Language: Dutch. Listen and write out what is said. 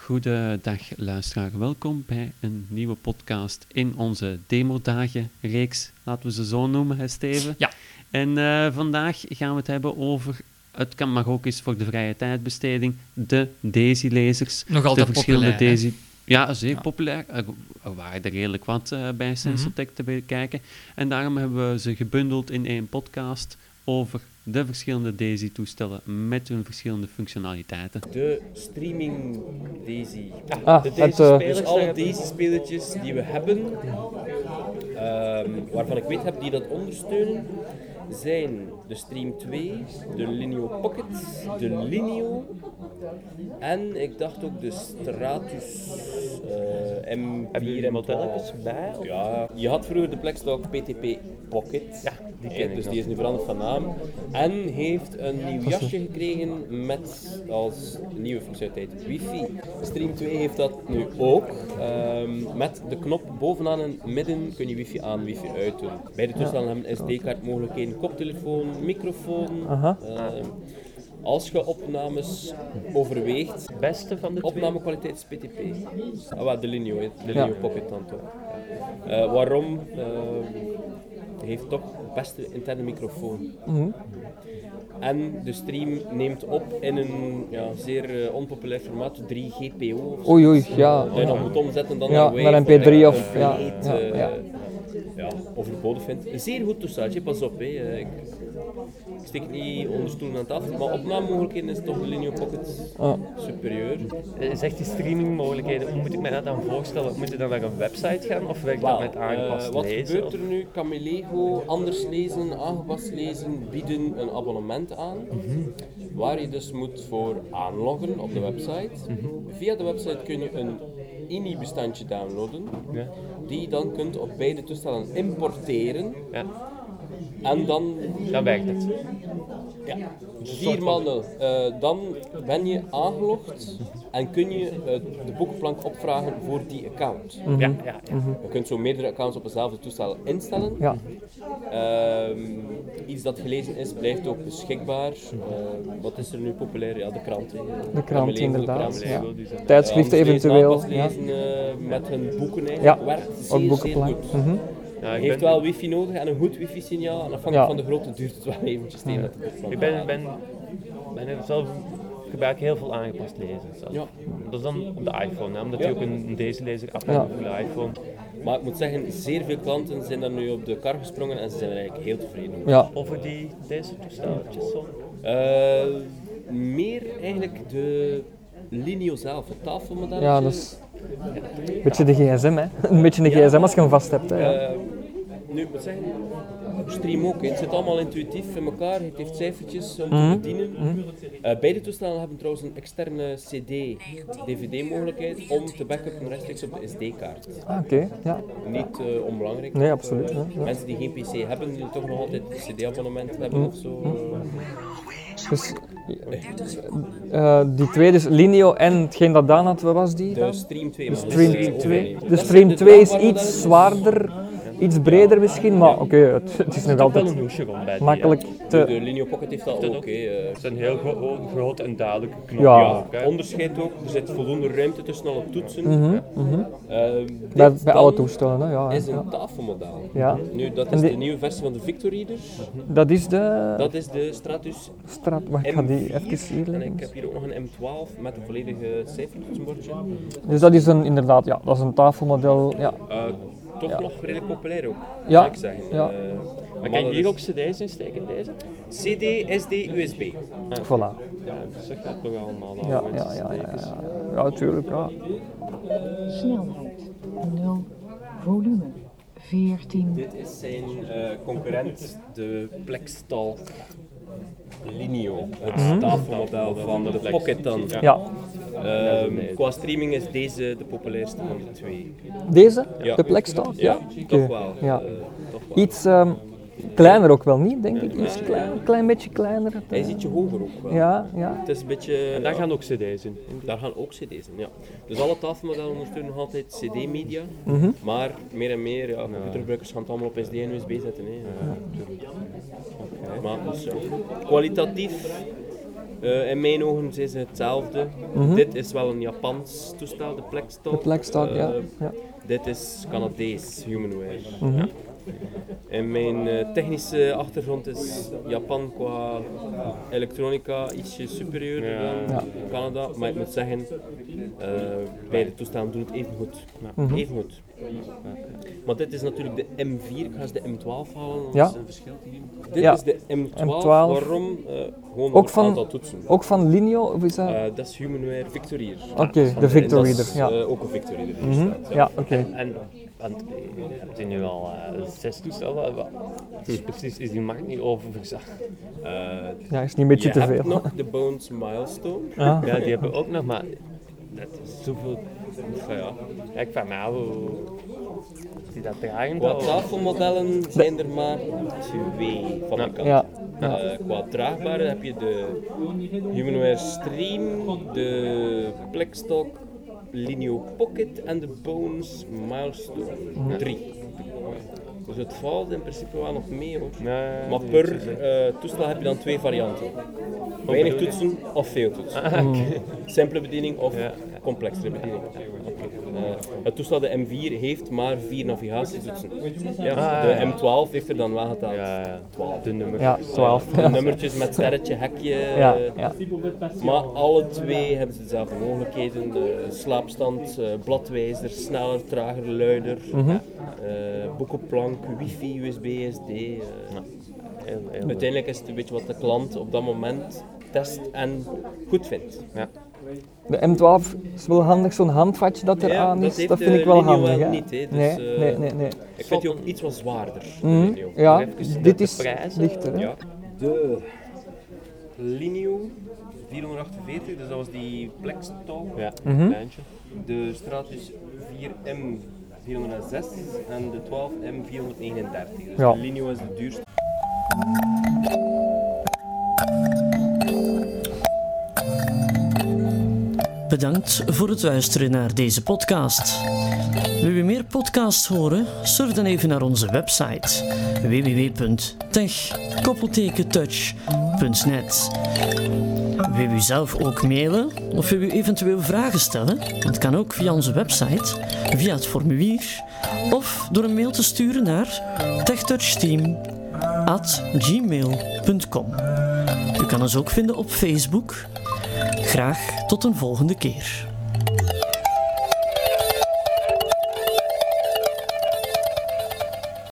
Goedendag luisteraar, welkom bij een nieuwe podcast in onze demodagen-reeks, laten we ze zo noemen, hè Steven? Ja. En vandaag gaan we het hebben over, mag ook eens voor de vrije tijdbesteding, de Daisy-lezers. Nog altijd de verschillende populair, Daisy. Ja, zeer populair. Er waren er redelijk wat bij Sensotech te bekijken. En daarom hebben we ze gebundeld in één podcast over de verschillende Daisy-toestellen met hun verschillende functionaliteiten. De streaming Daisy. De Dus alle Daisy-spelletjes die we hebben, waarvan ik weet heb die dat ondersteunen, zijn de Stream 2, de Linio Pocket, de Linio en ik dacht ook de Stratus M4 Hebben jullie modelletjes bij? Ja, je had vroeger de Plextalk PTP Pocket. Ja, die ken ik Dus nog. die is nu veranderd van naam. En heeft een nieuw jasje gekregen met als nieuwe functionaliteit wifi. Stream 2 heeft dat nu ook. Met de knop bovenaan en midden kun je wifi aan, wifi uit doen. Beide toestellen hebben SD-kaart mogelijkheden, koptelefoon, microfoon. Als je opnames overweegt, Beste van de twee? opnamekwaliteit is PTP. De Linio, de Linio Pocket dan toch. Waarom? Heeft toch de beste interne microfoon. En de stream neemt op in een zeer onpopulair formaat, 3 GPO. Oei, ja. Dat je nog moet omzetten dan Ja, naar naar WAV, MP3 wat of- je ja, compleet, ja. overbodig vindt. Een zeer goed toesteltje, pas op. Ik steek het niet onder stoelen aan tafel, maar opnamemogelijkheden is toch de Linio Pocket superieur. Zegt die streamingmogelijkheden, hoe moet ik mij dat dan voorstellen? Moet je dan naar een website gaan of werkt dat met aangepast wat lezen? gebeurt er nu? Camelego, anders lezen, aangepast lezen bieden een abonnement aan, waar je dus moet voor aanloggen op de website. Via de website kun je een INI-bestandje downloaden, die je dan kunt op beide toestellen importeren. Ja, En dan dan werkt het. 4 maal 0. Dan ben je aangelogd en kun je de boekenplank opvragen voor die account. Ja. Je kunt zo meerdere accounts op hetzelfde toestel instellen. Ja. Iets dat gelezen is, blijft ook beschikbaar. Wat is er nu populair? Ja, de krant. Hè. De krant, Camelego, inderdaad. Camelego, Ja. die zijn- Tijdschriften anders lezen, eventueel. aanpas Ja. lezen met hun boeken eigenlijk. Ja, Werkt ook zeer, zeer boekenplank. goed. Ja, ik Heeft ben, wel wifi nodig en een goed wifi-signaal. En afhankelijk Ja. van de grootte duurt het wel eventjes tegen dat de boekenplank. ik ben er zelf gebruik heel veel aangepast lezen. Zelf. Ja. Dat is dan op de iPhone, hè, omdat je ook een deze lezer app Ja. hebt voor de iPhone. Maar ik moet zeggen, zeer veel klanten zijn daar nu op de kar gesprongen en ze zijn er eigenlijk heel tevreden over. Ja. Over deze toesteltjes zo. Meer eigenlijk de Linio zelf, het tafelmodelletje. Ja, dat is een beetje de gsm, hè. Een beetje de gsm als je hem vast hebt, hè. Ja. Nu, ik moet zeggen, stream ook. Hè. Het zit allemaal intuïtief in elkaar. Het heeft cijfertjes om te bedienen. Beide toestellen hebben trouwens een externe CD-DVD-mogelijkheid om te backuppen rechtstreeks op de SD-kaart. Oké, ja. Niet onbelangrijk. Nee, absoluut. Ja. Mensen die geen PC hebben, die toch nog altijd een CD-abonnement hebben of zo. Dus die twee, dus Linio en hetgeen dat Daan had, wat was die De dan? Stream 2. De Stream 2. De Stream 2 is iets zwaarder, iets breder misschien, maar oké, het is nog Wel een altijd hoesje rond bij die, makkelijk De te... Linio Pocket heeft dat Dat ook. ook. Hè. Het is een heel groot en duidelijke knop. Ja. ook, hè. Onderscheid ook, er zit voldoende ruimte tussen alle toetsen. Bij Dit alle dan toestellen, hè. Ja, is ja. een tafelmodel. Ja. Nu, dat En is die- de nieuwe versie van de Victor Reader. Dat is de Dat is de Stratus straat, wacht, ik ga die M4. even hier En leggen. ik heb hier ook nog een M12 met een volledige cijfertoetsenbordje. Dus dat is inderdaad, ja, dat is een tafelmodel, ja. Toch nog redelijk populair ook, Ja. moet ik zeggen. Ja. Maar kan je hier ook cd's insteken, deze? CD, SD, USB. Voilà. Ja, dat zegt dat toch allemaal. Ja, ja, ja, ja, ja. Ja, natuurlijk, ja. Snelheid 0, volume 14. Dit is zijn concurrent, de Plextalk Linio, het tafelmodel van de Pocket dan. Ja, Qua streaming is deze de populairste van de twee. deze, Ja. de Plextalk, ja. Toch Oké. wel. Ja. Toch wel. Iets kleiner ook wel niet, denk ik. Iets een klein beetje kleiner. Hij is ietsje hoger ook wel. Ja, ja. Het is een beetje... En daar gaan ook cd's in. Daar gaan ook cd's in, ja. Dus alle tafelmodellen ondersteunen nog altijd cd-media, maar meer en meer, computergebruikers gaan het allemaal op SD en USB zetten. Hè. Maar dus, kwalitatief In mijn ogen zijn ze hetzelfde. Dit is wel een Japans toestel, de Plextalk. De Plextalk, ja. Dit is Canadees Humanware. Ja. En mijn technische achtergrond is Japan qua elektronica ietsje superieur dan Canada. Maar ik moet zeggen, beide toestellen doen het even goed. Even goed. Maar dit is natuurlijk de M4, ik ga eens de M12 halen. Ja. Is een verschil te geven. Dit is de M12, waarom? Gewoon ook een van, aantal toetsen. Ook van Linio, of is dat? Dat is Humanware Victor Reader. Oké, de Victor En dat Reader, is, ja. ook een Victor Reader die hier staat. Ja, oké. Want je hebt nu al 6 toestellen. Dus precies is die markt niet oververzacht. Ja, is niet een beetje te Je veel. hebt nog de Bones Milestone. Ja. Ja, die hebben ook nog, maar dat is zoveel. Ja, ik vraag me af hoe die dat dragen. Qua tafelmodellen zijn er maar 2 fabrikanten. Ja. Qua draagbare heb je de Humanware Stream, de Plextalk Linio Pocket en de Bones Milestone. 3. Dus het valt in principe wel nog mee hoor. Maar per toestel heb je dan 2 varianten. Weinig toetsen of veel toetsen. Simpele bediening of complexere bediening. Het toestel de M4 heeft maar 4 navigatietoetsen. De M12 heeft er dan wel geteld 12. De nummers. Ja, 12. De nummertjes met sterretje, hekje. Ja. Maar alle 2 hebben ze dezelfde mogelijkheden. Slaapstand, bladwijzer, sneller, trager, luider. Boekenplank, wifi, USB, SD. Uiteindelijk is het een beetje wat de klant op dat moment test en goed vindt. Ja. De M12 is wel handig, zo'n handvatje dat er aan is. Dat vind ik wel Linio handig. Hè? niet, hè. Dus, Nee. Ik vind die ook iets wat zwaarder. Ja, dit de is prijzen. lichter. Hè? Ja. De Linio 448, dus dat was die Plextalk. Ja, een kleintje. De Stratus 4M 406 en de 12M 439. Dus Ja. de Linio is de duurste. Bedankt voor het luisteren naar deze podcast. Wil je meer podcasts horen? Surf dan even naar onze website www.tech-touch.net. Wil u zelf ook mailen of wil u eventueel vragen stellen? Dat kan ook via onze website, via het formulier of door een mail te sturen naar techtouchteam@gmail.com. U kan ons ook vinden op Facebook. Graag tot een volgende keer.